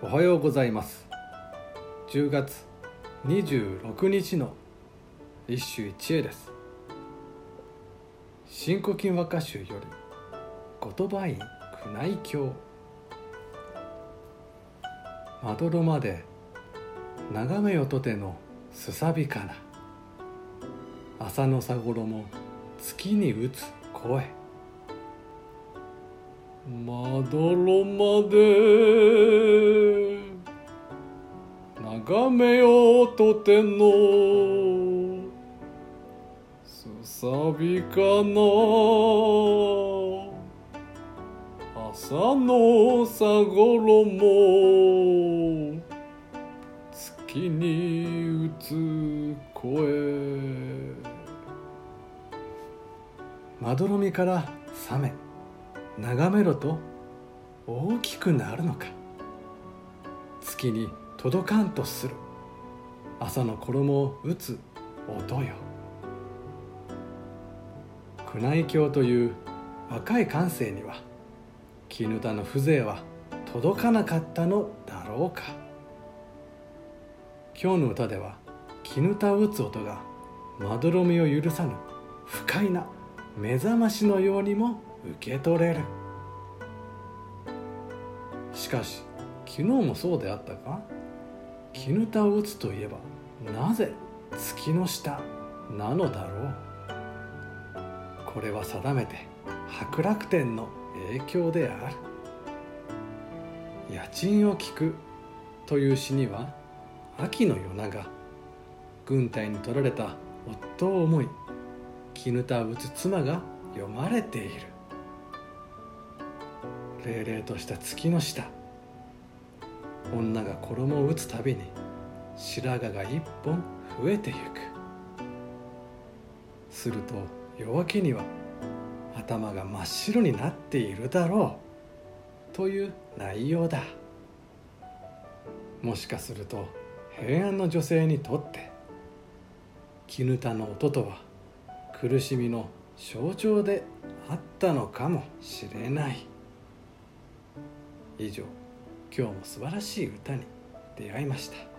おはようございます。10月26日の一首一会です。新古今和歌集より言葉院宮内経。まどろまで眺めよとてのすさびかな、朝のさごろも月に打つ声。まどろまで眺めよとてのすさびかな、朝のさごろも月に打つ声。まどろみから覚め眺めろと大きくなるのか、月に届かんとする朝の衣を打つ音よ。宮内経という若い感性には絹田の風情は届かなかったのだろうか。今日の歌では絹田を打つ音がまどろみを許さぬ不快な目覚ましのようにも受け取れる。しかし昨日もそうであったが、絹田を打つといえばなぜ月の下なのだろう。これは定めて伯楽天の影響である。家賃を聞くという詩には秋の夜長、軍隊に取られた夫を思い絹田を打つ妻が読まれている。冷々とした月の下、女が衣を打つたびに白髪が一本増えてゆく。すると夜明けには頭が真っ白になっているだろうという内容だ。もしかすると平安の女性にとって絹田の音とは苦しみの象徴であったのかもしれない。以上、今日も素晴らしい歌に出会いました。